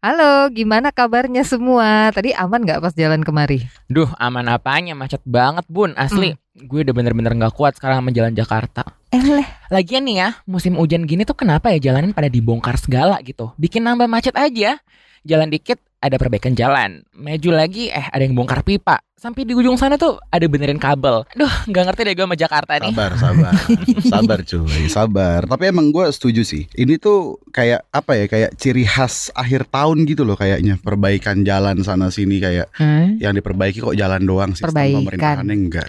Halo, gimana kabarnya semua? Tadi aman gak pas jalan kemari? Duh, aman apanya, macet banget bun, asli. Gue udah bener-bener gak kuat sekarang sama jalan Jakarta. Lagian nih ya, musim hujan gini tuh kenapa ya jalanan pada dibongkar segala gitu. Bikin nambah macet aja. Jalan dikit ada perbaikan jalan, maju lagi ada yang bongkar pipa. Sampai di ujung sana tuh ada benerin kabel. Duh, gak ngerti deh gue sama Jakarta nih. Sabar cuy, sabar. Tapi emang gue setuju sih. Ini tuh kayak apa ya, kayak ciri khas akhir tahun gitu loh kayaknya. Perbaikan jalan sana sini kayak yang diperbaiki kok jalan doang sih. Perbaikan. Pemerintahannya enggak.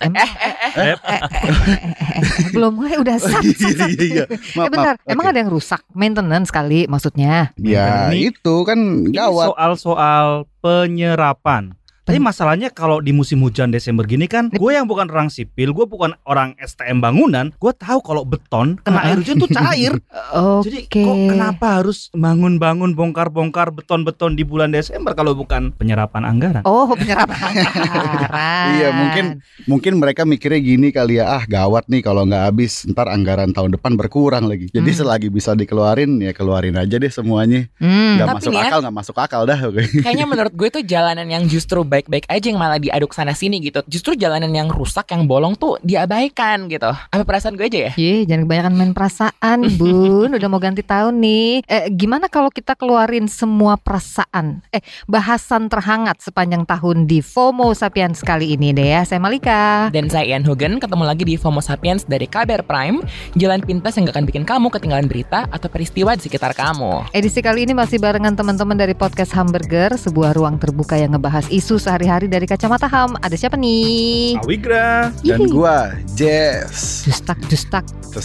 Belum mulai udah sat. Iya. Bentar, emang ada yang rusak? Maintenance kali maksudnya? Ya Ini- itu kan Ini gawat. soal penyerapan. Tapi masalahnya kalau di musim hujan Desember gini kan, gue yang bukan orang sipil, gue bukan orang STM bangunan, gue tahu kalau beton kena air hujan tuh cair. Jadi kok kenapa harus bangun-bangun bongkar-bongkar beton-beton di bulan Desember kalau bukan penyerapan anggaran? Oh, penyerapan anggaran. Iya, mungkin mereka mikirnya gini kali ya, gawat nih kalau nggak habis ntar anggaran tahun depan berkurang lagi. Jadi selagi bisa dikeluarin ya keluarin aja deh semuanya. Nggak Tapi masuk nih ya, akal, nggak masuk akal dah. kayaknya menurut gue tuh jalanan yang justru baik-baik aja yang malah diaduk sana sini gitu. Justru jalanan yang rusak, yang bolong tuh diabaikan gitu. Apa perasaan gue aja ya? Jangan kebanyakan main perasaan, Bun. Udah mau ganti tahun nih. Gimana kalau kita keluarin semua perasaan? Bahasan terhangat sepanjang tahun di FOMO Sapiens kali ini deh ya. Saya Malika. Dan saya Ian Hugen, ketemu lagi di FOMO Sapiens dari KBR Prime. Jalan pintas yang gak akan bikin kamu ketinggalan berita atau peristiwa di sekitar kamu. Edisi kali ini masih barengan teman-teman dari podcast Hamburger, sebuah ruang terbuka yang ngebahas isu sehari-hari dari kacamata HAM. Ada siapa nih? Awigra. Dan gua Jess. Justak. Terus,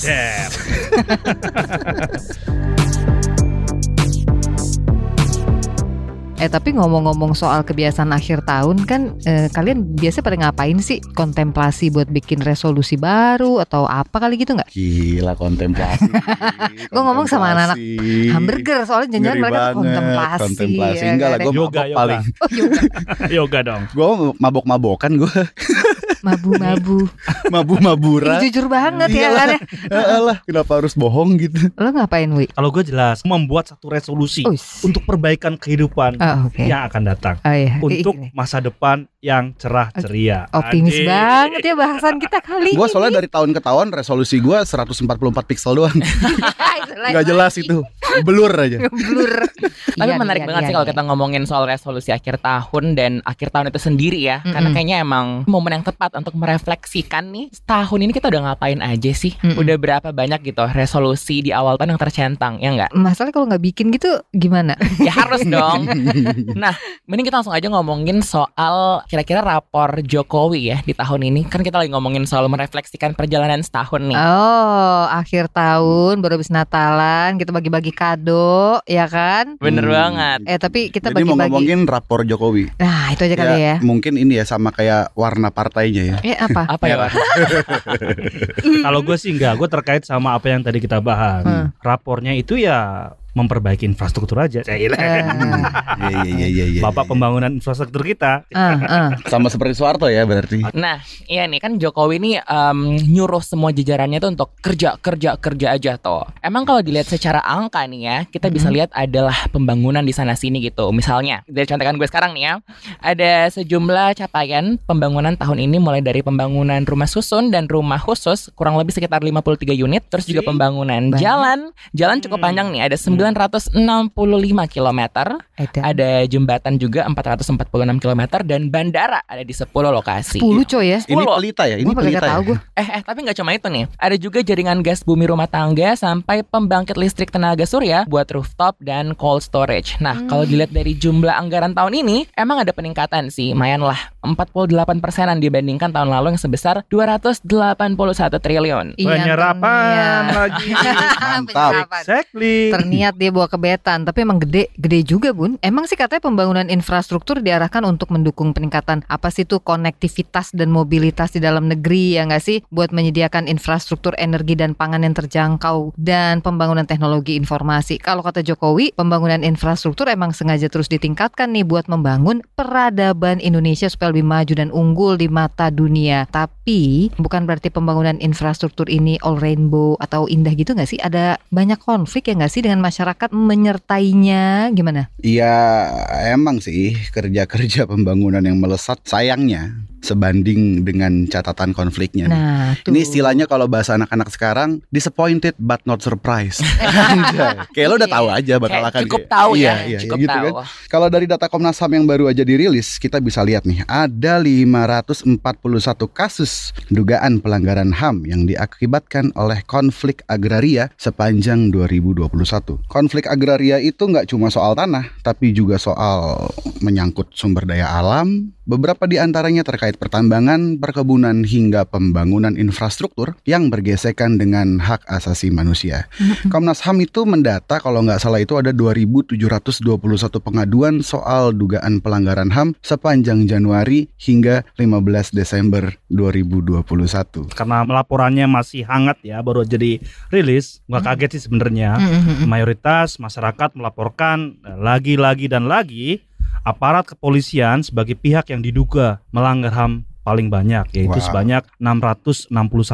Tapi ngomong-ngomong soal kebiasaan akhir tahun kan, kalian biasa pada ngapain sih? Kontemplasi buat bikin resolusi baru atau apa kali gitu nggak? Gila kontemplasi. Gue ngomong sama anak-anak Hamburger, soalnya jangan-jangan Ngeri mereka tuh banget, kontemplasi. Ya, Enggak lah, kan? gue Yoga. mabok paling. Oh, yoga. Yoga dong. Gue mabok-mabokan gue. Mabu-mabu. Mabu-mabura. Ini jujur banget ya kan ya. Alah, kenapa harus bohong gitu? Lo ngapain, Wi? Kalau gue jelas membuat satu resolusi Uish. untuk perbaikan kehidupan Oke. yang akan datang. Oh iya. Untuk Ini. masa depan yang cerah ceria. Optimis Adik. banget ya bahasan kita kali Gue ini. soalnya dari tahun ke tahun resolusi gue 144 pixel doang. Nggak jelas itu. Blur aja. Blur. Tapi menarik banget sih kalau kita ngomongin soal resolusi akhir tahun dan akhir tahun itu sendiri ya. Karena kayaknya emang momen yang tepat untuk merefleksikan nih, tahun ini kita udah ngapain aja sih. Udah berapa banyak gitu resolusi di awal tahun yang tercentang, ya nggak? Masalah kalau nggak bikin gitu gimana? Ya harus dong. Nah, mending kita langsung aja ngomongin soal kira-kira rapor Jokowi ya di tahun ini. Kan kita lagi ngomongin soal merefleksikan perjalanan setahun nih. Oh, akhir tahun baru habis Natalan, kita bagi-bagi kado, ya kan? Bener banget. Tapi kita Jadi mau bagi-bagi. ngomongin rapor Jokowi. Nah, itu aja kali ya. Mungkin ini ya sama kayak warna partainya ya. Apa? Apa ya, War? Kalau gue sih enggak, gue terkait sama apa yang tadi kita bahas. Rapornya itu ya memperbaiki infrastruktur aja. Iya. Bapak pembangunan infrastruktur kita. Sama seperti Soeharto ya berarti. Nah, iya nih kan Jokowi nih nyuruh semua jajarannya tuh untuk kerja aja toh. Emang kalau dilihat secara angka nih ya, kita bisa lihat adalah pembangunan di sana sini gitu. Misalnya dari contekan gue sekarang nih ya, ada sejumlah capaian pembangunan tahun ini mulai dari pembangunan rumah susun dan rumah khusus kurang lebih sekitar 53 unit, terus juga pembangunan jalan cukup panjang nih, ada 965 km. Ada jembatan juga 446 km dan bandara ada di 10 lokasi. 10 coy ya. Ini pelita ya, ini Gua pelita kagak tahu ya. gue. Tapi nggak cuma itu nih. Ada juga jaringan gas bumi rumah tangga sampai pembangkit listrik tenaga surya buat rooftop dan cold storage. Nah, kalau dilihat dari jumlah anggaran tahun ini, emang ada peningkatan sih, lumayan lah, 48%-an dibandingkan tahun lalu yang sebesar 281 triliun. Penyerapan lagi. Mantap. Exactly. Terniat dia bawa kebetan, tapi emang gede juga Bun. Emang sih katanya pembangunan infrastruktur diarahkan untuk mendukung peningkatan apa sih tuh konektivitas dan mobilitas di dalam negeri, ya nggak sih, buat menyediakan infrastruktur energi dan pangan yang terjangkau dan pembangunan teknologi informasi. Kalau kata Jokowi, pembangunan infrastruktur emang sengaja terus ditingkatkan nih buat membangun peradaban Indonesia supaya lebih lebih maju dan unggul di mata dunia. Tapi bukan berarti pembangunan infrastruktur ini all rainbow atau indah gitu nggak sih? Ada banyak konflik ya nggak sih dengan masyarakat menyertainya? Gimana? Iya, emang sih kerja-kerja pembangunan yang melesat sayangnya sebanding dengan catatan konfliknya. Nah, ini istilahnya kalau bahasa anak-anak sekarang, disappointed but not surprised. Kayak lo udah tahu aja bakal akan cukup tahu ya. Cukup gitu tahu. Kan. Kalau dari data Komnas HAM yang baru aja dirilis, kita bisa lihat nih, ada 541 kasus dugaan pelanggaran HAM yang diakibatkan oleh konflik agraria sepanjang 2021. Konflik agraria itu nggak cuma soal tanah, tapi juga soal menyangkut sumber daya alam. Beberapa di antaranya terkait pertambangan, perkebunan, hingga pembangunan infrastruktur yang bergesekan dengan hak asasi manusia. Komnas HAM itu mendata kalau nggak salah itu ada 2.721 pengaduan soal dugaan pelanggaran HAM sepanjang Januari hingga 15 Desember 2021. Karena laporannya masih hangat ya, baru jadi rilis, nggak kaget sih sebenarnya. Mayoritas masyarakat melaporkan lagi dan lagi aparat kepolisian sebagai pihak yang diduga melanggar HAM paling banyak, yaitu sebanyak 661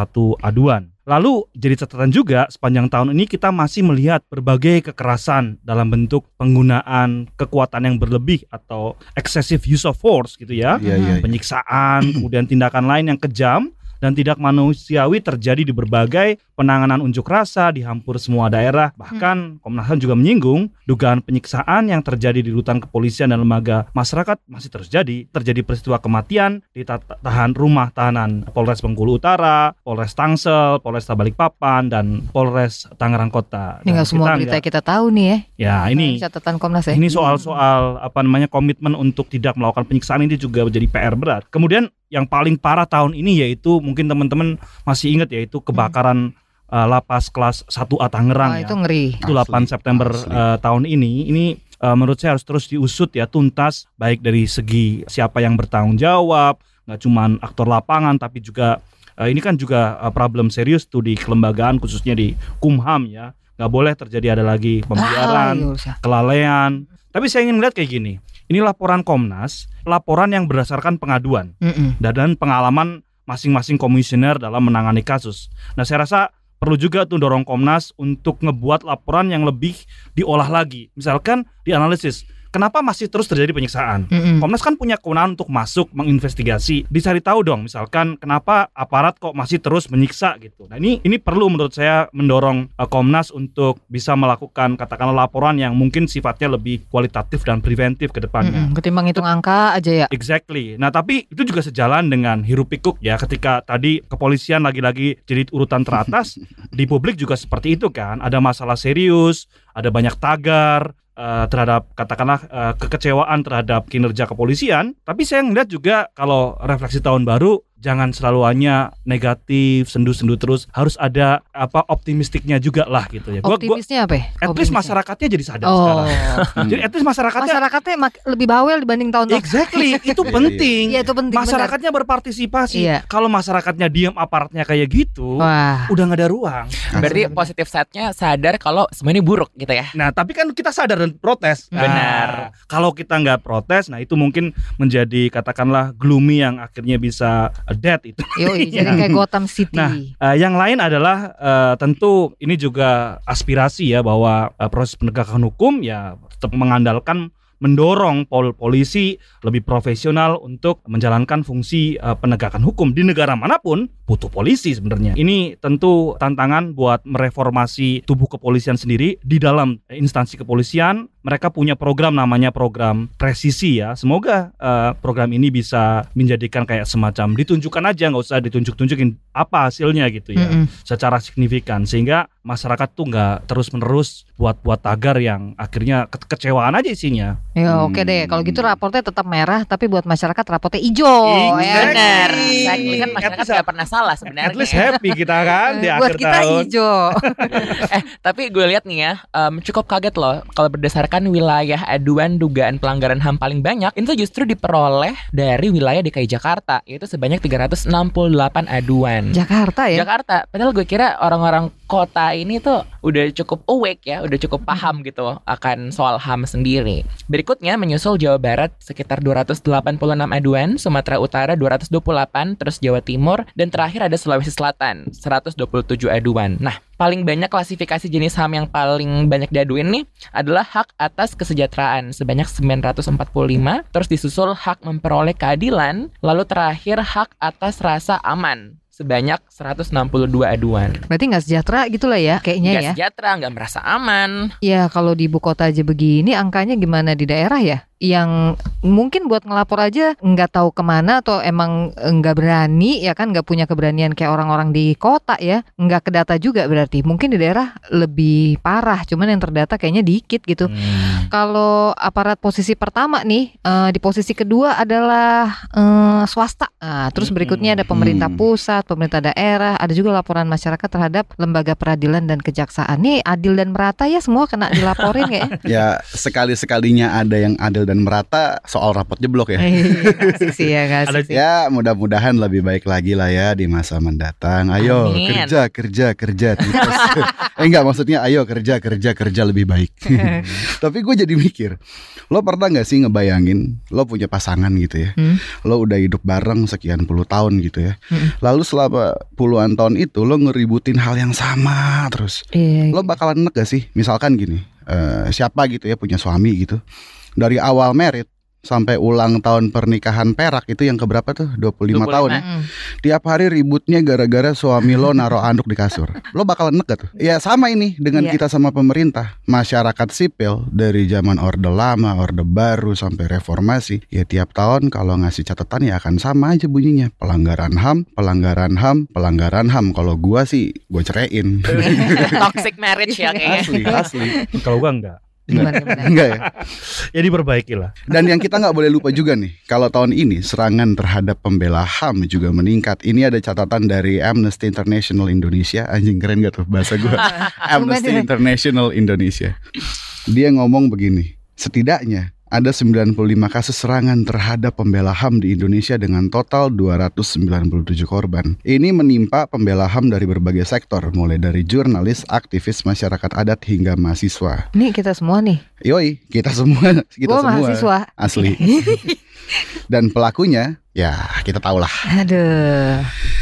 aduan. Lalu jadi catatan juga sepanjang tahun ini kita masih melihat berbagai kekerasan dalam bentuk penggunaan kekuatan yang berlebih atau excessive use of force gitu ya. Penyiksaan, kemudian tindakan lain yang kejam dan tidak manusiawi terjadi di berbagai penanganan unjuk rasa di hampir semua daerah. Bahkan Komnas HAM juga menyinggung dugaan penyiksaan yang terjadi di rutan kepolisian dan lembaga masyarakat masih terus terjadi peristiwa kematian di tahan rumah tahanan Polres Bengkulu Utara, Polres Tangsel, Polres Balikpapan, dan Polres Tangerang Kota. Ini nggak semua berita kita tahu nih ya. Ya ini catatan Komnas ya. Ini soal komitmen untuk tidak melakukan penyiksaan ini juga menjadi PR berat. Kemudian yang paling parah tahun ini yaitu mungkin teman-teman masih ingat yaitu kebakaran lapas kelas 1A Tangerang Itu ngeri. Itu 8 September tahun ini. Ini menurut saya harus terus diusut ya, tuntas, baik dari segi siapa yang bertanggung jawab, nggak cuma aktor lapangan tapi juga ini kan juga problem serius tuh di kelembagaan khususnya di Kumham ya. Nggak boleh terjadi ada lagi pembiaran, kelalaian. Tapi saya ingin melihat kayak gini. Ini laporan Komnas, laporan yang berdasarkan pengaduan dan pengalaman masing-masing komisioner dalam menangani kasus. Nah, saya rasa perlu juga tuh dorong Komnas untuk ngebuat laporan yang lebih diolah lagi. Misalkan dianalisis, kenapa masih terus terjadi penyiksaan? Komnas kan punya kewenangan untuk masuk menginvestigasi, dicari tahu dong. Misalkan kenapa aparat kok masih terus menyiksa gitu. Nah ini perlu menurut saya mendorong Komnas untuk bisa melakukan katakanlah laporan yang mungkin sifatnya lebih kualitatif dan preventif ke depannya. Ketimbang hitung angka aja ya. Exactly. Nah tapi itu juga sejalan dengan hiruk pikuk ya, ketika tadi kepolisian lagi-lagi jadi urutan teratas, di publik juga seperti itu kan. Ada masalah serius, ada banyak tagar terhadap katakanlah kekecewaan terhadap kinerja kepolisian. Tapi saya ngeliat juga kalau refleksi tahun baru, jangan selalu hanya negatif, sendu-sendu terus. Harus ada optimistiknya juga lah gitu ya. Optimisnya apa? At least masyarakatnya jadi sadar sekarang. Jadi at least masyarakatnya lebih bawel dibanding tahun-tahun. Exactly, itu penting. Iya, itu penting. Masyarakatnya berpartisipasi. Kalau masyarakatnya diam, aparatnya kayak gitu, udah nggak ada ruang. Berarti positif side-nya sadar kalau semua ini buruk gitu ya. Nah, tapi kan kita sadar dan protes. Benar. Kalau kita nggak protes, nah itu mungkin menjadi katakanlah gloomy yang akhirnya bisa dead itu. Jadi kayak Gotham City. Nah, yang lain adalah tentu ini juga aspirasi ya, bahwa proses penegakan hukum ya tetap mengandalkan mendorong polisi lebih profesional untuk menjalankan fungsi penegakan hukum. Di negara manapun butuh polisi sebenarnya. Ini tentu tantangan buat mereformasi tubuh kepolisian sendiri. Di dalam instansi kepolisian mereka punya program namanya program presisi ya. Semoga program ini bisa menjadikan kayak semacam ditunjukkan aja, nggak usah ditunjuk-tunjukin apa hasilnya gitu ya, secara signifikan, sehingga masyarakat tuh nggak terus-menerus buat tagar yang akhirnya kekecewaan aja isinya. Ya oke deh, kalau gitu raportnya tetap merah, tapi buat masyarakat raportnya hijau. Benar. Kan masyarakat nggak pernah salah sebenarnya. At least happy kita kan di buat akhir kita tahun. hijau. Tapi gue lihat nih ya, cukup kaget loh kalau berdasarkan wilayah aduan dugaan pelanggaran HAM paling banyak itu justru diperoleh dari wilayah DKI Jakarta, yaitu sebanyak 368 aduan. Jakarta ya? Jakarta. Padahal gue kira orang-orang kota ini tuh udah cukup awake ya, udah cukup paham gitu akan soal HAM sendiri. Berikutnya menyusul Jawa Barat sekitar 286 aduan, Sumatera Utara 228, terus Jawa Timur, dan terakhir ada Sulawesi Selatan 127 aduan. Nah, paling banyak klasifikasi jenis HAM yang paling banyak diaduin nih adalah hak atas kesejahteraan sebanyak 945, terus disusul hak memperoleh keadilan, lalu terakhir hak atas rasa aman sebanyak 162 aduan. Berarti nggak sejahtera gitulah ya kayaknya ya. Nggak sejahtera, nggak merasa aman. Ya kalau di ibu kota aja begini, angkanya gimana di daerah ya? Yang mungkin buat ngelapor aja nggak tahu kemana atau emang nggak berani ya kan, nggak punya keberanian kayak orang-orang di kota ya, nggak kedata juga berarti. Mungkin di daerah lebih parah, cuman yang terdata kayaknya dikit gitu. Kalau aparat posisi pertama nih, di posisi kedua adalah swasta. Terus berikutnya ada pemerintah pusat, pemerintah daerah, ada juga laporan masyarakat terhadap lembaga peradilan dan kejaksaan. Nih adil dan merata ya, semua kena dilaporin kayaknya. Ya sekali-sekalinya ada yang adil dan merata soal rapot jeblok ya. Kasih sih ya, kasih sih. Ya mudah-mudahan lebih baik lagi lah ya di masa mendatang. Ayo Amin. kerja tipes. Enggak, maksudnya ayo kerja lebih baik. Tapi gue jadi mikir, lo pernah gak sih ngebayangin lo punya pasangan gitu ya, lo udah hidup bareng sekian puluh tahun gitu ya, lalu selama puluhan tahun itu lo ngeributin hal yang sama terus. Lo bakalan enek gak sih? Misalkan gini, siapa gitu ya punya suami gitu, dari awal merit sampai ulang tahun pernikahan perak itu yang keberapa tuh? 25 tahun ya. Tiap hari ributnya gara-gara suami lo naruh anduk di kasur. Lo bakalan enek gak tuh? Ya sama ini dengan kita sama pemerintah. Masyarakat sipil dari zaman Orde Lama, Orde Baru sampai reformasi, ya tiap tahun kalau ngasih catatan ya akan sama aja bunyinya. Pelanggaran HAM, pelanggaran HAM, pelanggaran HAM. Kalau gua sih gue ceraiin. Toxic marriage ya kayaknya. Asli. Kalau gua enggak. Enggak ya. Ya diperbaiki lah. Dan yang kita nggak boleh lupa juga nih, kalau tahun ini serangan terhadap pembela HAM juga meningkat. Ini ada catatan dari Amnesty International Indonesia. Anjing, keren gak tuh bahasa gue? Amnesty International Indonesia. Dia ngomong begini, setidaknya ada 95 kasus serangan terhadap pembela HAM di Indonesia dengan total 297 korban. Ini menimpa pembela HAM dari berbagai sektor, mulai dari jurnalis, aktivis, masyarakat adat hingga mahasiswa. Nih kita semua nih. Yoi, kita semua. Gua mahasiswa. Asli. Dan pelakunya, ya kita tahu lah. Aduh.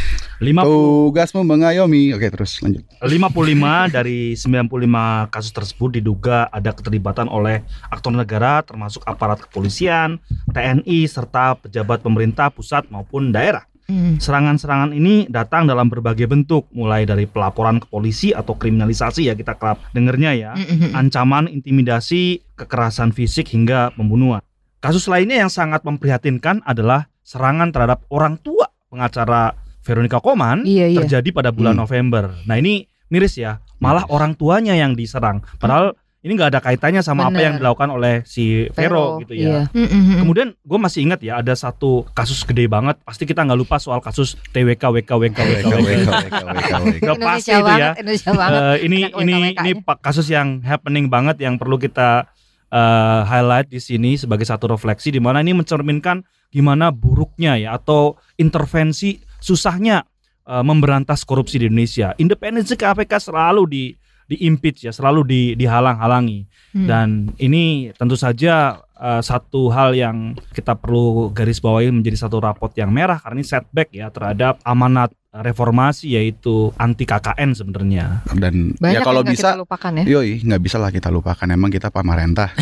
Tugasmu mengayomi. Oke, terus lanjut. 55 dari 95 kasus tersebut diduga ada keterlibatan oleh aktor negara termasuk aparat kepolisian, TNI, serta pejabat pemerintah pusat maupun daerah. Serangan-serangan ini datang dalam berbagai bentuk, mulai dari pelaporan ke polisi atau kriminalisasi ya kita kerap dengernya ya, ancaman, intimidasi, kekerasan fisik hingga pembunuhan. Kasus lainnya yang sangat memprihatinkan adalah serangan terhadap orang tua pengacara Veronica Koman terjadi pada bulan November. Nah ini miris ya, malah orang tuanya yang diserang. Padahal ini nggak ada kaitannya sama apa yang dilakukan oleh si Vero gitu ya. Kemudian gue masih ingat ya, ada satu kasus gede banget. Pasti kita nggak lupa soal kasus TWK WK. Udah pasti itu ya. Ini kasus yang happening banget yang perlu kita highlight di sini sebagai satu refleksi, di mana ini mencerminkan gimana buruknya ya atau intervensi susahnya memberantas korupsi di Indonesia. Independensi KPK selalu di-impeach ya, selalu dihalang-halangi. Dan ini tentu saja satu hal yang kita perlu garis bawahi menjadi satu rapot yang merah, karena ini setback ya terhadap amanat reformasi, yaitu anti KKN sebenarnya. Dan banyak ya kalau bisa lupakan ya. Yoi, nggak bisa lah kita lupakan. Emang kita pamarentah.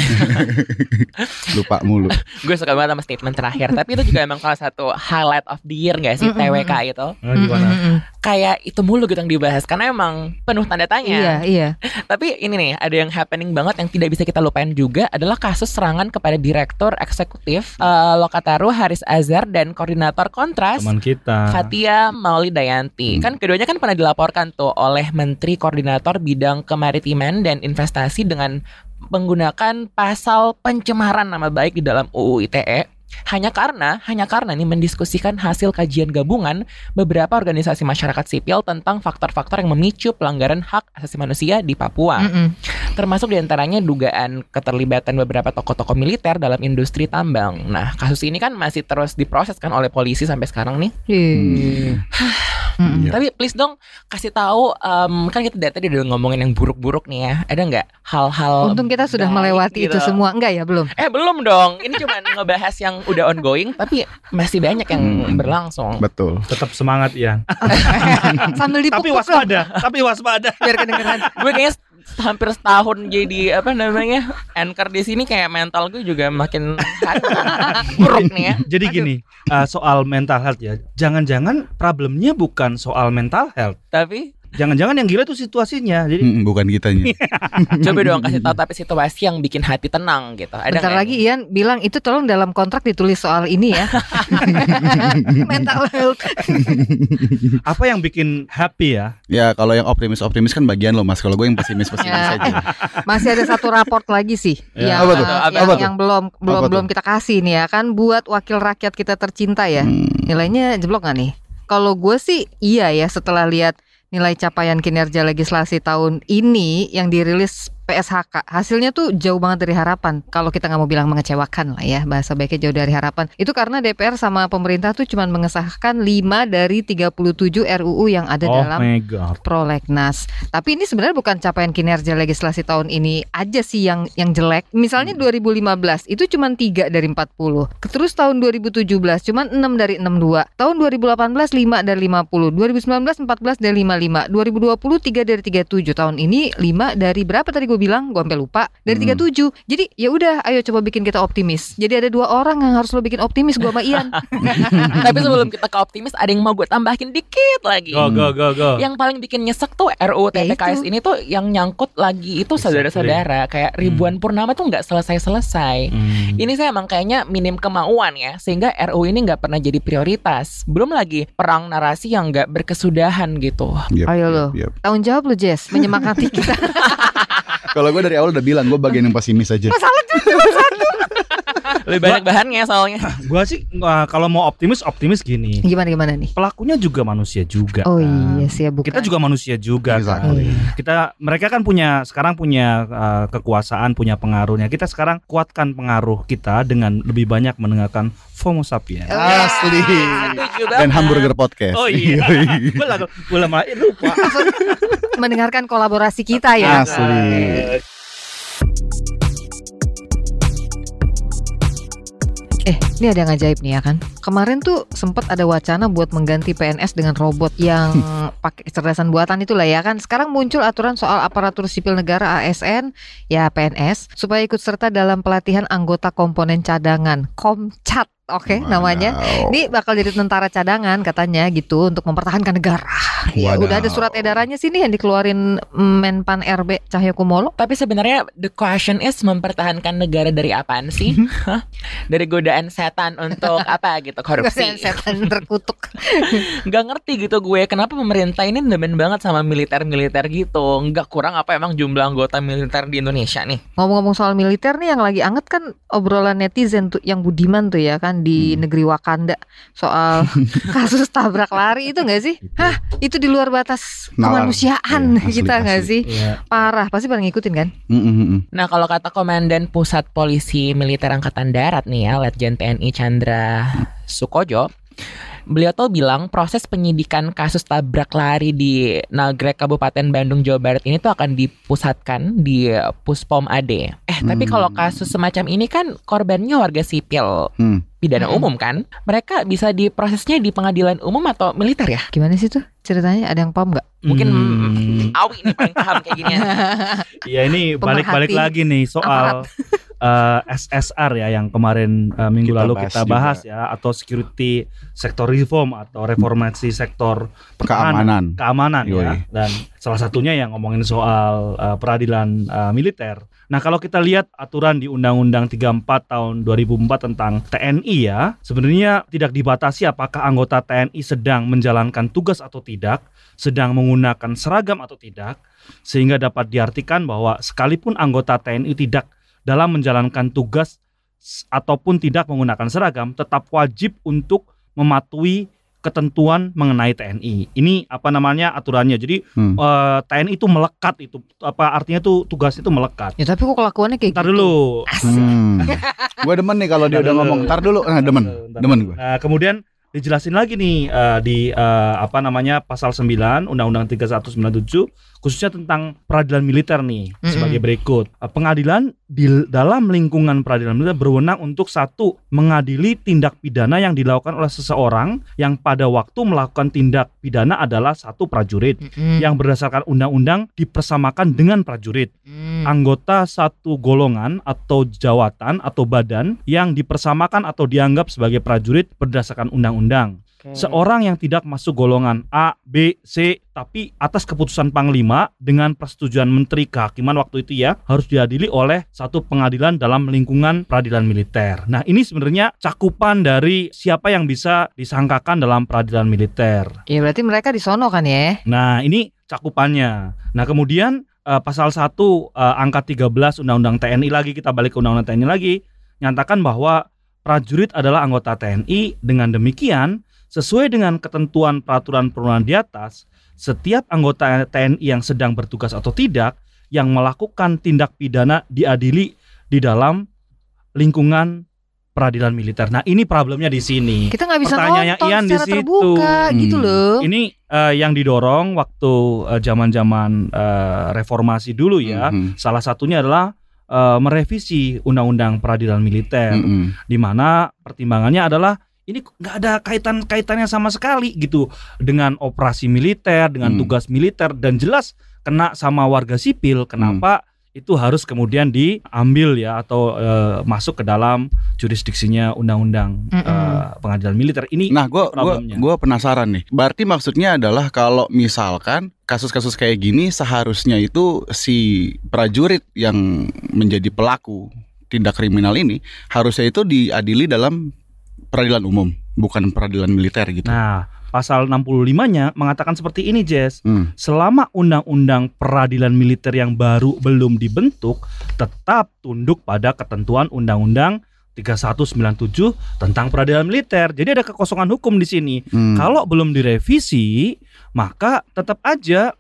Lupa mulu. Gue suka banget sama statement terakhir. Tapi itu juga emang salah satu highlight of the year gak sih, TWK itu? Gimana? Kayak itu mulu gitu yang dibahas, karena emang penuh tanda tanya. Iya. Tapi ini nih, ada yang happening banget yang tidak bisa kita lupain juga, adalah kasus serangan kepada Direktur Eksekutif Lokataru Haris Azhar dan Koordinator Kontras Teman kita Fathia Maulidayanti. Kan keduanya kan pernah dilaporkan tuh oleh Menteri Koordinator Bidang Kemaritiman dan Investasi dengan menggunakan pasal pencemaran nama baik di dalam UU ITE. Hanya karena nih mendiskusikan hasil kajian gabungan beberapa organisasi masyarakat sipil tentang faktor-faktor yang memicu pelanggaran hak asasi manusia di Papua. Termasuk diantaranya dugaan keterlibatan beberapa tokoh-tokoh militer dalam industri tambang. Nah, kasus ini kan masih terus diproses kan oleh polisi sampai sekarang nih. Tapi please dong kasih tahu, kan kita dari tadi udah ngomongin yang buruk-buruk nih ya. Ada nggak hal-hal? Untung kita sudah melewati itu semua. Enggak ya, belum? Belum dong. Ini cuma ngebahas yang udah ongoing, tapi masih banyak yang berlangsung. Betul. Tetap semangat Ian. Sambil dipuk. Tapi waspada. Biar kedengeran. Gue kayaknya hampir setahun jadi anchor di sini, kayak mental gue juga makin buruk nih ya. Jadi gini, soal mental health ya. Jangan-jangan problemnya bukan soal mental health, tapi jangan-jangan yang gila itu situasinya. Jadi bukan kitanya. Coba dong kasih tahu tapi situasi yang bikin hati tenang gitu. Ada bentar lagi Ian bilang itu tolong dalam kontrak ditulis soal ini ya. Mental health. Apa yang bikin happy ya? Ya kalau yang optimis kan bagian lo Mas. Kalau gue yang pesimis aja. Masih ada satu raport lagi sih yang belum kita kasih nih ya kan, buat wakil rakyat kita tercinta ya. Nilainya jeblok gak nih? Kalau gue sih iya ya, setelah lihat nilai capaian kinerja legislasi tahun ini yang dirilis PSHK, hasilnya tuh jauh banget dari harapan. Kalau kita nggak mau bilang mengecewakan lah ya, bahasa baiknya jauh dari harapan. Itu karena DPR sama pemerintah tuh cuma mengesahkan 5 dari 37 RUU yang ada dalam prolegnas. Tapi ini sebenarnya bukan capaian kinerja legislasi tahun ini aja sih yang jelek. Misalnya 2015 itu cuma 3 dari 40. Terus tahun 2017 cuma 6 dari 62. Tahun 2018 5 dari 50. 2019 14 dari 55. 2020 3 dari 37. Tahun ini 5 dari berapa tadi gue bilang, gue sampai lupa, dari 37. Jadi ya udah, ayo coba bikin kita optimis. Jadi ada 2 orang yang harus lo bikin optimis, gue sama Ian. Tapi sebelum kita ke optimis, ada yang mau gue tambahin dikit lagi. Go. Yang paling bikin nyesek tuh RUU TPKS ini tuh yang nyangkut lagi itu saudara-saudara, kayak ribuan purnama tuh nggak selesai-selesai. Ini saya emang kayaknya minim kemauan ya, sehingga RUU ini nggak pernah jadi prioritas. Belum lagi perang narasi yang nggak berkesudahan gitu. Ayo lo, tanggung jawab lo Jess, menyemangati kita. Kalau gue dari awal udah bilang gue bagian yang pesimis aja. Masalah cuma satu. Lebih banyak bahannya soalnya. Gue sih kalau mau optimis gini. Gimana nih? Pelakunya juga manusia juga. Oh iya sih ya, bukan. Kita juga manusia juga kan. Mereka kan sekarang punya kekuasaan, punya pengaruhnya. Kita sekarang kuatkan pengaruh kita dengan lebih banyak mendengarkan FOMO Sapiens. Asli. Dan Hamburger Podcast. Oh iya. Gue lupa. Mendengarkan kolaborasi kita ya. Asli. Ini ada yang ajaib nih ya kan. Kemarin tuh sempat ada wacana buat mengganti PNS dengan robot yang pakai kecerdasan buatan itulah ya kan. Sekarang muncul aturan soal aparatur sipil negara ASN, ya PNS, supaya ikut serta dalam pelatihan anggota komponen cadangan, Komcat. Oke, namanya. Ini bakal jadi tentara cadangan katanya gitu, untuk mempertahankan negara. Ya, udah ada surat edarannya sini yang dikeluarin Menpan RB Cahyokumolo. Tapi sebenarnya the question is, mempertahankan negara dari apaan sih? Dari godaan setan untuk apa gitu, korupsi. Godaan setan terkutuk. Gak ngerti gitu gue, kenapa pemerintah ini demen banget sama militer-militer gitu. Gak kurang apa emang jumlah anggota militer di Indonesia nih? Ngomong-ngomong soal militer nih, yang lagi anget kan obrolan netizen tuh, yang Budiman tuh ya kan, di negeri Wakanda, soal kasus tabrak lari itu nggak sih? Hah, itu di luar batas kemanusiaan kita nggak sih? Parah, pasti pada ngikutin kan? Nah, kalau kata Komandan Pusat Polisi Militer Angkatan Darat nih ya, Letjen TNI Chandra Sukojo, beliau tuh bilang proses penyidikan kasus tabrak lari di Nagrek Kabupaten Bandung Jawa Barat ini tuh akan dipusatkan di Puspom AD. Tapi kalau kasus semacam ini kan korbannya warga sipil, pidana umum kan? Mereka bisa diprosesnya di pengadilan umum atau militer ya? Gimana sih tuh ceritanya? Ada yang paham nggak? Mungkin Awi nih paling paham kayak gini. Ya ini balik lagi nih soal SSR ya, yang kemarin minggu lalu kita bahas juga, ya, atau security sector reform atau reformasi sektor keamanan ya. Dan salah satunya yang ngomongin soal peradilan militer. Nah, kalau kita lihat aturan di Undang-Undang 34 tahun 2004 tentang TNI ya, sebenarnya tidak dibatasi apakah anggota TNI sedang menjalankan tugas atau tidak, sedang menggunakan seragam atau tidak, sehingga dapat diartikan bahwa sekalipun anggota TNI tidak dalam menjalankan tugas ataupun tidak menggunakan seragam, tetap wajib untuk mematuhi ketentuan mengenai TNI. Ini aturannya. Jadi TNI itu melekat, itu artinya tuh tugas itu melekat. Ya tapi kok kelakuannya kayak gitu. Ntar dulu. Gue demen nih kalau dia udah ngomong. Ntar dulu. Demen gue. Kemudian dijelasin lagi nih di pasal 9 Undang-Undang 3197 khususnya tentang peradilan militer nih sebagai berikut. Pengadilan di dalam lingkungan peradilan militer berwenang untuk satu, mengadili tindak pidana yang dilakukan oleh seseorang yang pada waktu melakukan tindak pidana adalah satu prajurit yang berdasarkan undang-undang dipersamakan dengan prajurit. Anggota satu golongan atau jawatan atau badan yang dipersamakan atau dianggap sebagai prajurit berdasarkan undang-undang. Seorang yang tidak masuk golongan A, B, C tapi atas keputusan Panglima dengan persetujuan Menteri Kehakiman waktu itu ya harus diadili oleh satu pengadilan dalam lingkungan peradilan militer. Nah, ini sebenarnya cakupan dari siapa yang bisa disangkakan dalam peradilan militer. Ya berarti mereka di sono kan ya. Nah, ini cakupannya. Nah, kemudian pasal 1 angka 13 Undang-Undang TNI lagi, kita balik ke Undang-Undang TNI lagi, nyatakan bahwa prajurit adalah anggota TNI. Dengan demikian, sesuai dengan ketentuan peraturan perundangan di atas, setiap anggota TNI yang sedang bertugas atau tidak yang melakukan tindak pidana diadili di dalam lingkungan peradilan militer. Nah, ini problemnya di sini. Kita nggak bisa nonton secara terbuka gitu loh. Ini yang didorong waktu zaman-zaman reformasi dulu ya. Salah satunya adalah merevisi Undang-Undang Peradilan Militer, di mana pertimbangannya adalah ini nggak ada kaitannya sama sekali gitu dengan operasi militer, dengan tugas militer, dan jelas kena sama warga sipil. Kenapa itu harus kemudian diambil ya atau masuk ke dalam jurisdiksinya undang-undang pengadilan militer ini? Nah, gue penasaran nih. Berarti maksudnya adalah kalau misalkan kasus-kasus kayak gini seharusnya itu si prajurit yang menjadi pelaku tindak kriminal ini harusnya itu diadili dalam peradilan umum, bukan peradilan militer gitu. Nah, pasal 65-nya mengatakan seperti ini, Jess. Selama undang-undang peradilan militer yang baru belum dibentuk, tetap tunduk pada ketentuan Undang-Undang 3197 tentang peradilan militer. Jadi ada kekosongan hukum di sini. Kalau belum direvisi, maka tetap aja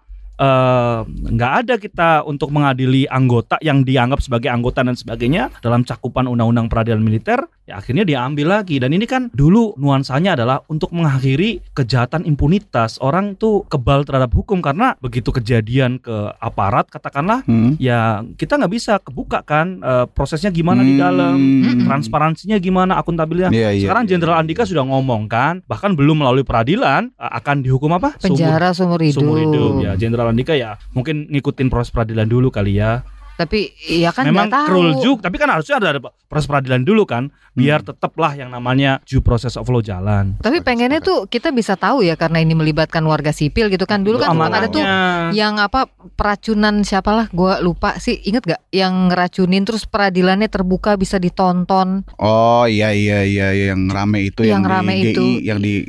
nggak ada kita untuk mengadili anggota yang dianggap sebagai anggota dan sebagainya dalam cakupan undang-undang peradilan militer, ya akhirnya diambil lagi. Dan ini kan dulu nuansanya adalah untuk mengakhiri kejahatan impunitas. Orang tuh kebal terhadap hukum karena begitu kejadian ke aparat katakanlah, ya kita nggak bisa kebuka kan prosesnya gimana di dalam, transparansinya gimana, akuntabilitasnya. Sekarang Jenderal Andika sudah ngomong kan, bahkan belum melalui peradilan akan dihukum apa? Penjara seumur hidup. Seumur hidup ya. Jenderal Andika ya mungkin ngikutin proses peradilan dulu kali ya. Tapi ya kan memang nggak tahu. cruel juga, tapi kan harusnya ada proses peradilan dulu kan, biar tetaplah yang namanya due process of law jalan. Tapi pengennya tuh kita bisa tahu ya, karena ini melibatkan warga sipil gitu kan. Dulu kan ada tuh yang apa peracunan siapalah, gue lupa sih, inget gak? Yang ngeracunin terus peradilannya terbuka bisa ditonton. Oh iya yang rame itu, yang rame di itu GI, yang di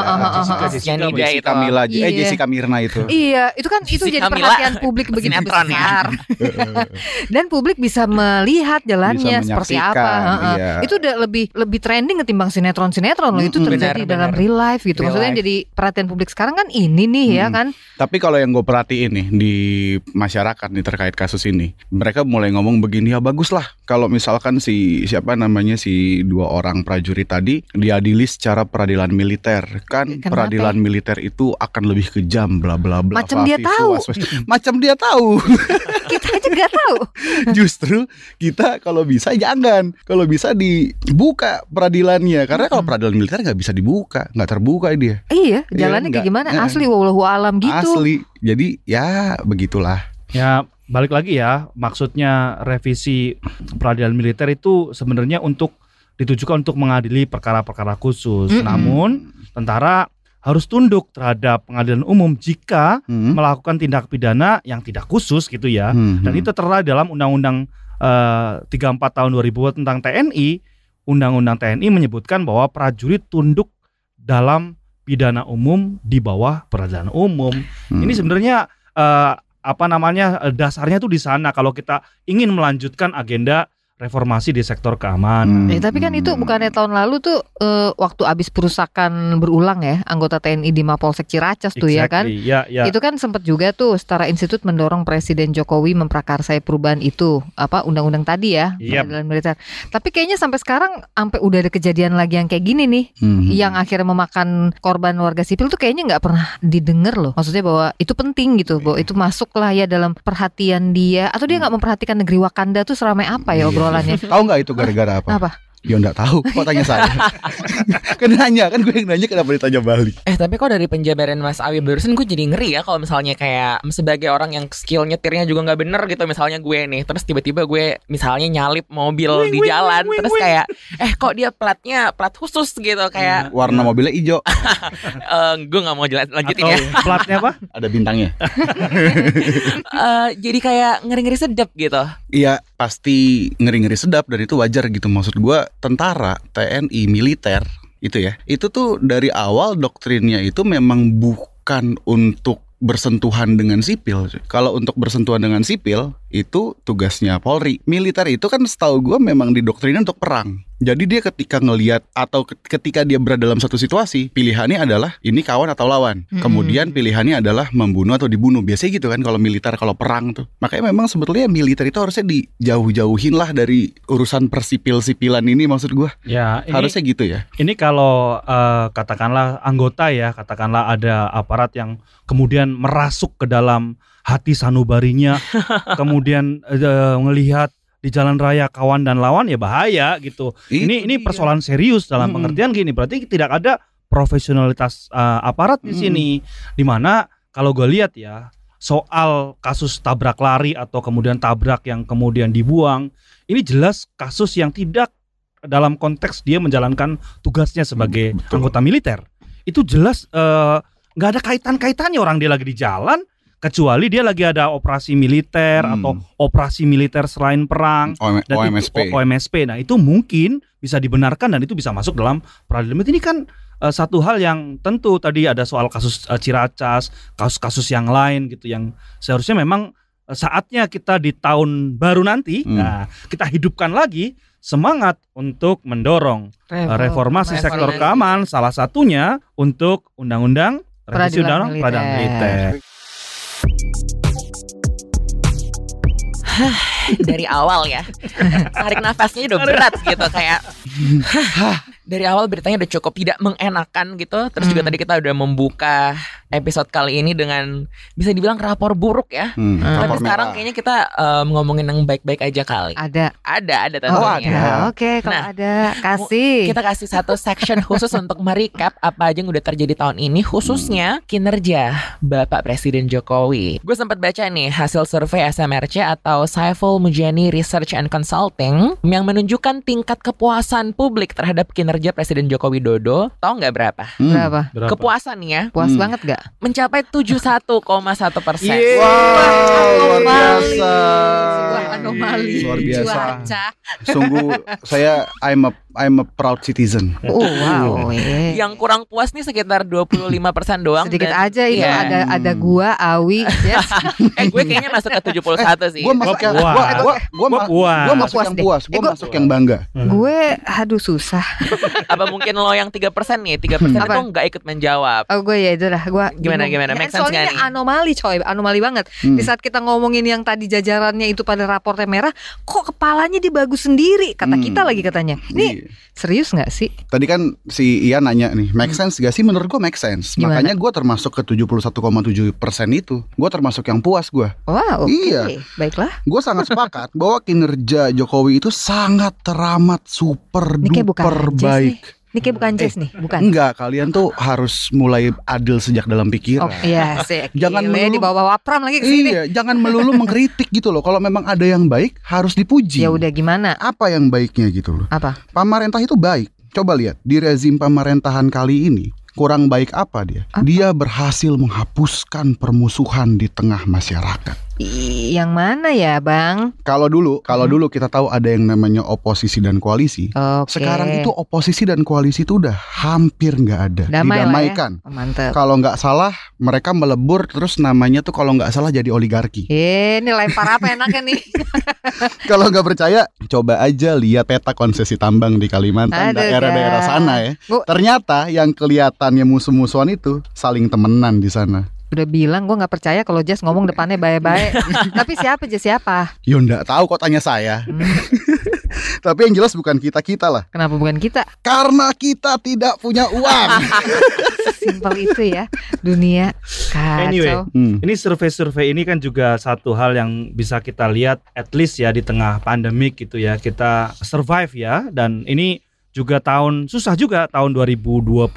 Jessica Mirna itu. Iya, itu kan itu jadi perhatian publik begitu besar. Dan publik bisa melihat jalannya seperti apa. Iya. Itu udah lebih trending ketimbang sinetron loh. Itu terjadi dalam real life gitu. Maksudnya jadi perhatian publik sekarang kan ini nih ya kan. Tapi kalau yang gue perhatiin nih di masyarakat nih terkait kasus ini, mereka mulai ngomong begini, ya bagus lah kalau misalkan si dua orang prajurit tadi diadili secara peradilan militer. Kan peradilan militer itu akan lebih kejam bla bla bla. Macam dia tahu. Macam dia tahu. Kita aja gak tahu. Justru kita kalau bisa jangan. Kalau bisa dibuka peradilannya. Karena kalau peradilan militer gak bisa dibuka, gak terbuka dia. Iya, jalannya kayak gimana? Asli wallahu alam gitu. Asli. Jadi ya begitulah. Ya balik lagi ya, maksudnya revisi peradilan militer itu sebenarnya ditujukan untuk mengadili perkara-perkara khusus. Namun tentara harus tunduk terhadap pengadilan umum jika melakukan tindak pidana yang tidak khusus gitu ya. Dan itu tertera dalam Undang-Undang 34 tahun 2000 tentang TNI. Undang-Undang TNI menyebutkan bahwa prajurit tunduk dalam pidana umum di bawah peradilan umum. Ini sebenarnya dasarnya tuh di sana kalau kita ingin melanjutkan agenda reformasi di sektor keamanan. Tapi kan itu bukannya tahun lalu tuh waktu abis perusakan berulang ya anggota TNI di Mapolsek Ciracas tuh ya kan? Ya. Itu kan sempat juga tuh Setara Institut mendorong Presiden Jokowi memprakarsai perubahan itu, undang-undang tadi ya, peradilan militer. Tapi kayaknya sampai sekarang sampai udah ada kejadian lagi yang kayak gini nih, yang akhirnya memakan korban warga sipil tuh kayaknya nggak pernah didengar loh. Maksudnya bahwa itu penting gitu, bahwa itu masuklah ya dalam perhatian dia, atau dia nggak memperhatikan negeri Wakanda tuh seramai apa ya obrolannya. Tahu nggak itu gara-gara apa? Apa? Ya enggak tahu, kok tanya saya. Kan gue yang nanya kenapa ditanya balik. Tapi kok dari penjabaran Mas Awi barusan gue jadi ngeri ya kalau misalnya kayak sebagai orang yang skill nyetirnya juga nggak bener gitu, misalnya gue nih, terus tiba-tiba gue misalnya nyalip mobil di jalan, terus kayak kok dia plat khusus gitu kayak warna mobilnya hijau. Gue nggak mau lanjutin ya. Platnya apa? Ada bintangnya. Jadi kayak ngeri-ngeri sedap gitu. Iya, pasti ngeri-ngeri sedap dan itu wajar gitu. Maksud gue tentara, TNI, militer itu ya, itu tuh dari awal doktrinnya itu memang bukan untuk bersentuhan dengan sipil. Kalau untuk bersentuhan dengan sipil itu tugasnya Polri. Militer itu kan setahu gue memang didoktrinnya untuk perang. Jadi dia ketika ngelihat atau ketika dia berada dalam satu situasi, pilihannya adalah ini kawan atau lawan. Kemudian pilihannya adalah membunuh atau dibunuh. Biasanya gitu kan kalau militer, kalau perang tuh. Makanya memang sebetulnya militer itu harusnya dijauh-jauhin lah dari urusan persipil-sipilan ini, maksud gue. Ya, harusnya gitu ya. Ini kalau katakanlah anggota ya, katakanlah ada aparat yang kemudian merasuk ke dalam hati sanubarinya, kemudian ngelihat di jalan raya kawan dan lawan, ya bahaya gitu. Ini persoalan serius dalam pengertian gini, berarti tidak ada profesionalitas aparat di sini. Dimana kalau gue lihat ya, soal kasus tabrak lari atau kemudian tabrak yang kemudian dibuang, ini jelas kasus yang tidak dalam konteks dia menjalankan tugasnya sebagai anggota militer. Itu jelas nggak ada kaitannya orang dia lagi di jalan, kecuali dia lagi ada operasi militer atau operasi militer selain perang, OMSP. Nah itu mungkin bisa dibenarkan dan itu bisa masuk dalam peradilan. Ini kan satu hal yang tentu tadi ada soal kasus Ciracas, kasus-kasus yang lain gitu, yang seharusnya memang saatnya kita di tahun baru nanti, nah kita hidupkan lagi semangat untuk mendorong reformasi sektor keamanan, salah satunya untuk undang-undang revisi undang-undang peradilan militer. Dari awal ya, tarik nafasnya udah berat gitu, kayak dari awal beritanya udah cukup tidak mengenakan gitu. Terus juga tadi kita udah membuka episode kali ini dengan bisa dibilang rapor buruk ya. Tapi sekarang kayaknya kita ngomongin yang baik-baik aja kali. Ada tentunya. Oke, kalau ada kita kasih satu section khusus untuk merecap apa aja yang udah terjadi tahun ini, khususnya kinerja Bapak Presiden Jokowi. Gue sempat baca nih hasil survei SMRC atau Saiful Mujani Research and Consulting yang menunjukkan tingkat kepuasan publik terhadap kinerja Presiden Joko Widodo. Tahu nggak berapa? Berapa? Kepuasan nih ya. Puas banget gak? Mencapai 71,1%. Wow, luar biasa. Anomali. Luar biasa. Cuaca. Sungguh I'm a proud citizen. Wow. Yang kurang puas nih sekitar 25% doang. Sedikit aja itu ada gua, Awi, Jess. Gue kayaknya masuk ke 71 sih. Gue masuk yang puas. Gue masuk yang bangga. Gue susah. Apa mungkin lo yang 3% nih? 3% itu nggak ikut menjawab. Oh gue ya itulah. Gimana? Make sense soalnya gak nih? Anomali banget. Di saat kita ngomongin yang tadi jajarannya itu pada raportnya merah, kok kepalanya dia bagus sendiri? Kata kita lagi katanya. Nih serius gak sih? Tadi kan si Ian nanya nih, make sense gak sih? Menurut gue make sense. Gimana? Makanya gue termasuk ke 71,7% itu. Gue termasuk yang puas gue. Wow, Iya. Baiklah. Gue sangat sepakat bahwa kinerja Jokowi itu sangat teramat super duper baik. Ini kayak bukan Jess nih, bukan? Enggak, kalian tuh harus mulai adil sejak dalam pikiran. Oh iya sih. Jangan melulu dibawa Pram lagi ke sini. Iya, jangan melulu mengkritik gitu loh. Kalau memang ada yang baik harus dipuji. Ya udah gimana? Apa yang baiknya gitu loh? Apa? Pemerintah itu baik. Coba lihat di rezim pemerintahan kali ini. Kurang baik apa dia? Dia berhasil menghapuskan permusuhan di tengah masyarakat. Yang mana ya, Bang? Kalau dulu kita tahu ada yang namanya oposisi dan koalisi. Sekarang itu oposisi dan koalisi itu udah hampir nggak ada. Didamaikan. Ya? Mantap. Kalau nggak salah mereka melebur terus namanya tuh kalau nggak salah jadi oligarki. Ini lempar apa enaknya nih? Kalau nggak percaya, coba aja lihat peta konsesi tambang di Kalimantan, daerah-daerah sana ya. Ternyata yang kelihatannya musuh-musuhan itu saling temenan di sana. Udah bilang gue nggak percaya kalau Jas ngomong depannya baik-baik. Tapi siapa? Yo nggak tahu kok tanya saya. Tapi yang jelas bukan kita lah. Kenapa bukan kita? Karena kita tidak punya uang. Sesimpel itu ya dunia. Kacau. Anyway, ini survei-survei ini kan juga satu hal yang bisa kita lihat at least ya di tengah pandemik gitu ya. Kita survive ya, dan ini juga susah juga tahun 2021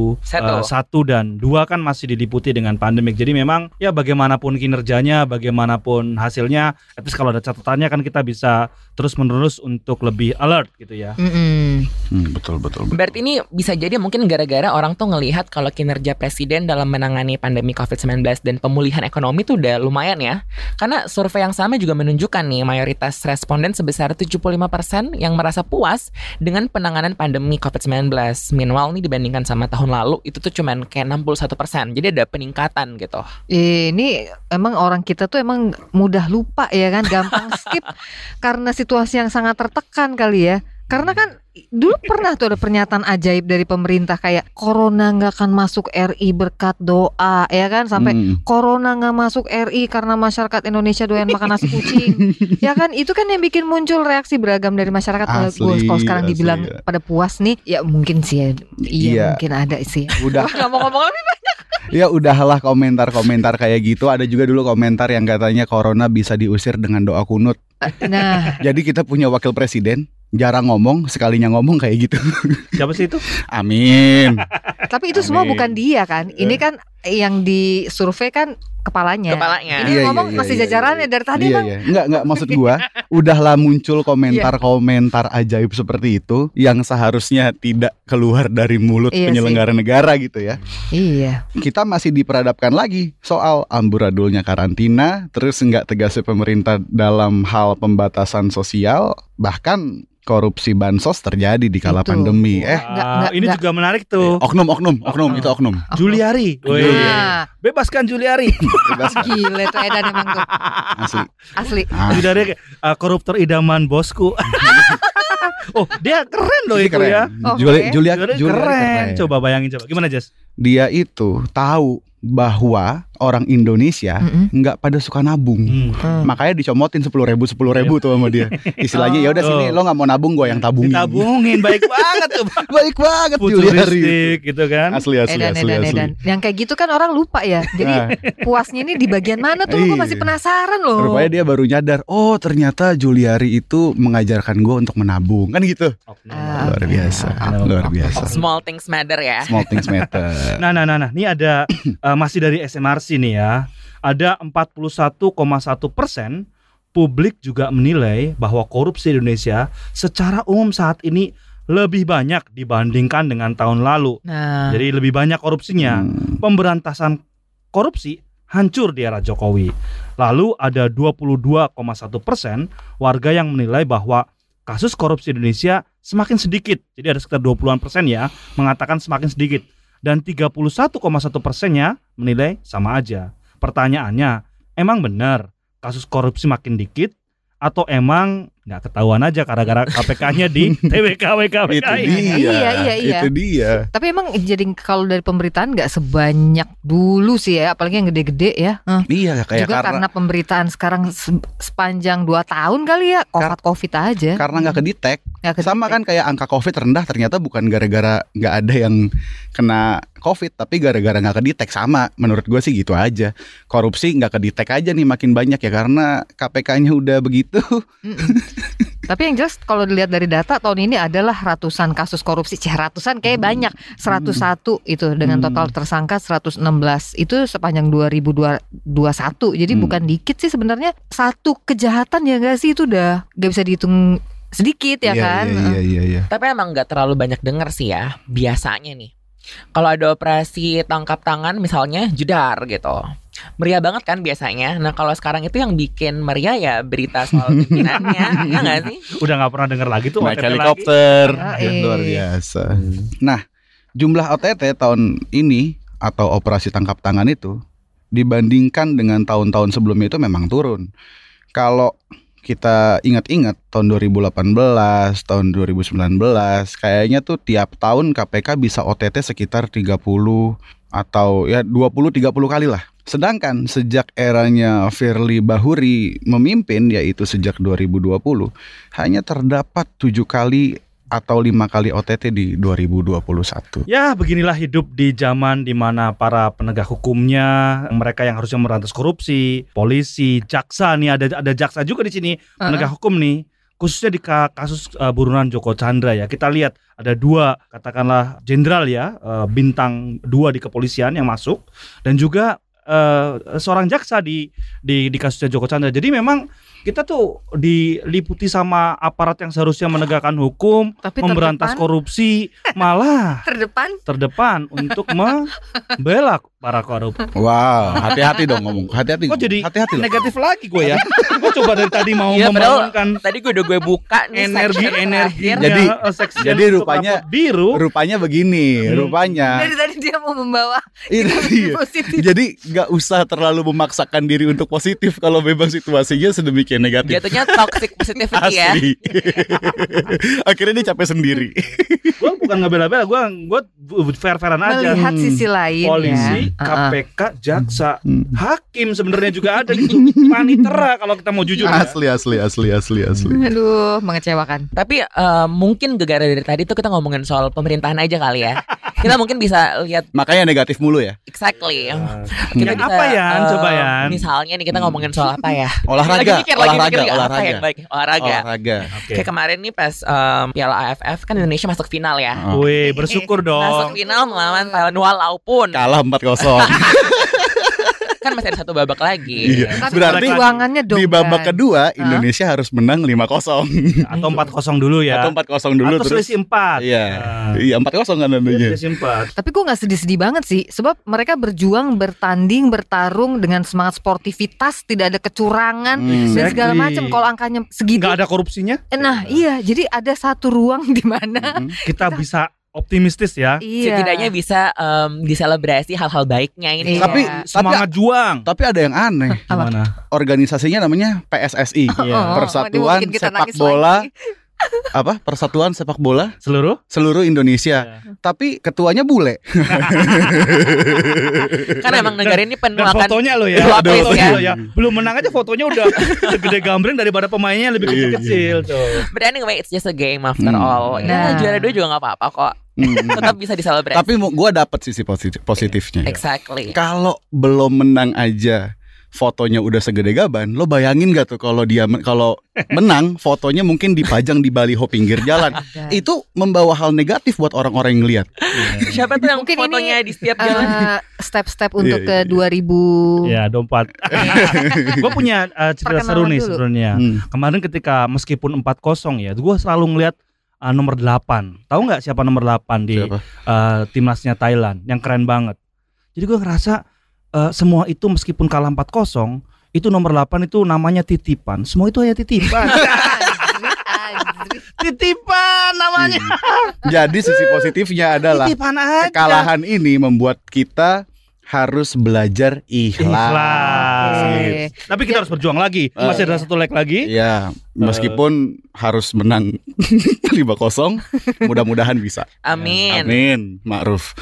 dan 2 kan masih diliputi dengan pandemik. Jadi memang ya bagaimanapun kinerjanya, bagaimanapun hasilnya, at least kalau ada catatannya kan kita bisa terus-menerus untuk lebih alert gitu ya. Betul. Berarti ini bisa jadi mungkin gara-gara orang tuh ngelihat kalau kinerja presiden dalam menangani pandemi COVID-19 dan pemulihan ekonomi tuh udah lumayan ya. Karena survei yang sama juga menunjukkan nih mayoritas responden sebesar 75% yang merasa puas dengan penanganan pandemi COVID-19. Meanwhile nih dibandingkan sama tahun lalu itu tuh cuman kayak 61%. Jadi ada peningkatan gitu. Ini emang orang kita tuh emang mudah lupa ya kan, gampang skip karena situasi yang sangat tertekan kali ya. Karena kan dulu pernah tuh ada pernyataan ajaib dari pemerintah kayak corona nggak akan masuk RI berkat doa ya kan, sampai corona nggak masuk RI karena masyarakat Indonesia doyan makan nasi kucing. Ya kan, itu kan yang bikin muncul reaksi beragam dari masyarakat. Kalau sekarang dibilang pada puas nih, ya mungkin sih ya, mungkin ada sih. Udah nggak mau ngomong lebih banyak. Ya udahlah komentar-komentar kayak gitu. Ada juga dulu komentar yang katanya corona bisa diusir dengan doa kunut. Nah, jadi kita punya wakil presiden jarang ngomong, sekalinya ngomong kayak gitu. Siapa sih itu? Amin. Tapi itu semua bukan dia kan. Ini kan yang disurvei kan kepalanya. Ini ngomong masih jajarannya dari tadi Bang. Enggak, maksud gua udahlah muncul komentar-komentar ajaib seperti itu yang seharusnya tidak keluar dari mulut penyelenggara negara gitu ya. Iya. Kita masih diperhadapkan lagi soal amburadulnya karantina, terus enggak tegasnya pemerintah dalam hal pembatasan sosial, bahkan korupsi bansos terjadi di kala pandemi. Ini juga menarik tuh. Oknum itu oknum. Juliari. Bebaskan Juliari. Gila tuh Edan emang tuh. Asli. Juliari koruptor idaman bosku. Oh, dia keren loh itu ya. Juliari keren. Coba bayangin coba. Gimana, Jas? Dia itu tahu bahwa orang Indonesia nggak pada suka nabung, makanya dicomotin 10.000 tuh sama dia. Istilahnya ya udah sini lo nggak mau nabung, gue yang tabungin. Ditabungin, baik banget tuh. Baik banget Juliari gitu kan. Asli. Edan. Yang kayak gitu kan orang lupa ya. Jadi puasnya ini di bagian mana tuh? Gue masih penasaran loh. Rupanya dia baru nyadar, oh ternyata Juliari itu mengajarkan gue untuk menabung, kan gitu. Luar biasa. Small things matter ya. Small things matter. Nah, ini ada masih dari SMRC nih ya. Ada 41,1% publik juga menilai bahwa korupsi di Indonesia secara umum saat ini lebih banyak dibandingkan dengan tahun lalu. Jadi lebih banyak korupsinya. Pemberantasan korupsi hancur di era Jokowi. Lalu ada 22,1% warga yang menilai bahwa kasus korupsi di Indonesia semakin sedikit. Jadi ada sekitar 20% ya mengatakan semakin sedikit. Dan 31,1%-nya menilai sama aja. Pertanyaannya, emang benar kasus korupsi makin dikit atau emang nggak ketahuan aja gara-gara KPK-nya di TWK. Itu dia. Tapi emang jadi kalau dari pemberitaan nggak sebanyak dulu sih ya, apalagi yang gede-gede ya. Iya, kayak juga karena pemberitaan sekarang sepanjang 2 tahun kali ya, COVID aja. Karena nggak kedetek. Sama kan kayak angka COVID rendah ternyata bukan gara-gara nggak ada yang kena COVID, tapi gara-gara nggak kedetek. Sama, menurut gue sih gitu aja. Korupsi nggak kedetek aja nih makin banyak ya karena KPK-nya udah begitu. Tapi yang jelas kalau dilihat dari data tahun ini adalah ratusan kasus korupsi. Ratusan kayak banyak, 101 itu dengan total tersangka 116. Itu sepanjang 2021. Jadi bukan dikit sih sebenarnya. Satu kejahatan ya nggak sih, itu udah nggak bisa dihitung sedikit ya kan. Iya. Tapi emang nggak terlalu banyak denger sih ya biasanya nih. Kalau ada operasi tangkap tangan misalnya jedar gitu. Meriah banget kan biasanya. Nah kalau sekarang itu yang bikin meriah ya berita soal pimpinannya. Ya gak sih? Udah gak pernah denger lagi tuh naik OTT helikopter. lagi. Luar biasa. Nah, jumlah OTT tahun ini atau operasi tangkap tangan itu dibandingkan dengan tahun-tahun sebelumnya itu memang turun. Kalau kita ingat-ingat tahun 2018, tahun 2019 kayaknya tuh tiap tahun KPK bisa OTT sekitar 30 atau ya 20-30 kali lah. Sedangkan sejak eranya Firly Bahuri memimpin, yaitu sejak 2020, hanya terdapat 7 kali atau 5 kali OTT di 2021. Ya, beginilah hidup di zaman dimana para penegak hukumnya, mereka yang harusnya merantas korupsi, polisi, jaksa nih, ada jaksa juga di sini, penegak hukum nih, khususnya di kasus buronan Joko Chandra ya. Kita lihat ada 2 katakanlah jenderal ya, bintang 2 di kepolisian yang masuk, dan juga seorang jaksa di kasusnya Joko Chandra. Jadi memang kita tuh diliputi sama aparat yang seharusnya menegakkan hukum, tapi memberantas korupsi, malah terdepan untuk membela para koruptor. Wow, hati-hati dong ngomong. Hati-hati. Kok jadi hati-hati negatif lagi gue ya? Gue coba dari tadi mau Iya, membangunkan tadi gue buka nih energi. Jadi rupanya biru. Rupanya begini, rupanya. Dari tadi dia mau membawa Iya. positif. Jadi nggak usah terlalu memaksakan diri untuk positif kalau memang situasinya sedemikian negatif. Jatuhnya toxic positivity ya. Asli. Akhirnya dia capek sendiri. Gue bukan ngebela-bela, gue fair-fairan aja. Melihat sisi lain Polisi, ya. KPK, jaksa, hakim sebenarnya juga ada gitu. Panitera kalau kita mau jujur. Asli. Aduh, mengecewakan. Tapi mungkin gara-gara dari tadi tuh kita ngomongin soal pemerintahan aja kali ya. Kita mungkin bisa lihat Makanya negatif mulu ya. exactly. Kita bisa, apa ya? Coba ya. Misalnya nih kita ngomongin soal apa ya? Olahraga. Apa yang baik? Olahraga. Okay. Kayak kemarin nih pas Piala AFF kan Indonesia masuk final ya. Wih, bersyukur dong. Masuk final melawan Thailand walaupun kalah 4-0. kan masih ada 1 babak lagi. Iya. Tapi Berarti perjuangannya dong, di babak kan? kedua Indonesia harus menang 5-0 atau 4-0 dulu ya. atau 4-0 dulu atau terus selisih 4. Iya. Iya 4-0 kan adanya. Selisih 4. Tapi gue gak sedih-sedih banget sih. Sebab mereka berjuang, bertanding, bertarung dengan semangat sportivitas, tidak ada kecurangan dan segala macam. Kalau angkanya segitu Gak ada korupsinya. Nah iya, jadi ada satu ruang di mana kita bisa optimistis ya. iya. Setidaknya bisa diselebrasi hal-hal baiknya ini. Iya. Tapi Semangat juang. Tapi ada yang aneh. Gimana? Organisasinya namanya PSSI, Persatuan dia bikin kita Sepak nangis Bola. lagi. Apa? Persatuan Sepak Bola Seluruh Indonesia. Tapi ketuanya bule. Kan emang negara ini penuh dan akan fotonya lo ya. lapis Fotonya ya. lo ya. Belum menang aja fotonya udah segede gambreng daripada pemainnya yang lebih kecil-kecil tuh. But anyway, it's just a game after all. Nah. Ya juara 2 juga gak apa-apa kok. Tetap bisa diselebrasi. Tapi gue dapet sisi positifnya. Exactly. Kalau belum menang aja fotonya udah segede gaban, lo bayangin gak tuh kalau menang fotonya mungkin dipajang di baliho pinggir jalan. Itu membawa hal negatif buat orang-orang yang ngeliat. Siapa tuh yang Mungkin fotonya ini, di setiap jalan? step-step untuk ke 2000. Ya, dompat. Gue punya cerita seru nih sebenarnya. Kemarin ketika meskipun 4-0 ya, gue selalu ngeliat nomor 8. Tahu nggak siapa nomor 8 di timnasnya Thailand yang keren banget. Jadi gue ngerasa semua itu meskipun kalah 4-0, itu nomor 8 itu namanya titipan. Semua itu hanya titipan. Titipan namanya. Jadi sisi positifnya adalah kekalahan ini membuat kita harus belajar ikhlas. Tapi kita harus berjuang lagi. Masih ada 1 leg lagi. Ya, meskipun harus menang 5-0, mudah-mudahan bisa. Amin. Amin, ma'ruf.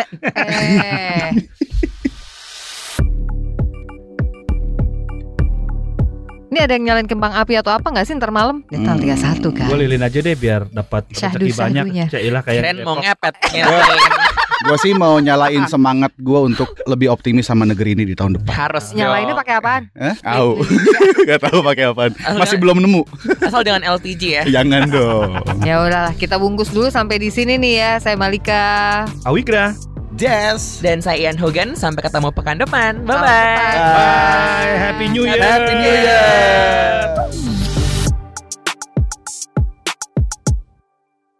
Ini ada yang nyalain kembang api atau apa nggak sih ntar malam? Tanggal 31 kan. Gue lilin aja deh biar dapat rezeki banyak. Cailah kayak keren mau ngepet. Gue sih mau nyalain semangat gue untuk lebih optimis sama negeri ini di tahun depan. Harus nyalainnya pakai apaan? Tahu. Gak tahu pakai apaan. Masih belum nemu. Asal dengan LPG ya. Jangan dong. Ya udahlah, kita bungkus dulu sampai di sini nih ya. Saya Malika, Awigra, Jess, dan saya Ian Hogan. Sampai ketemu pekan depan. Bye-bye. Bye. Happy New Year. Happy New Year.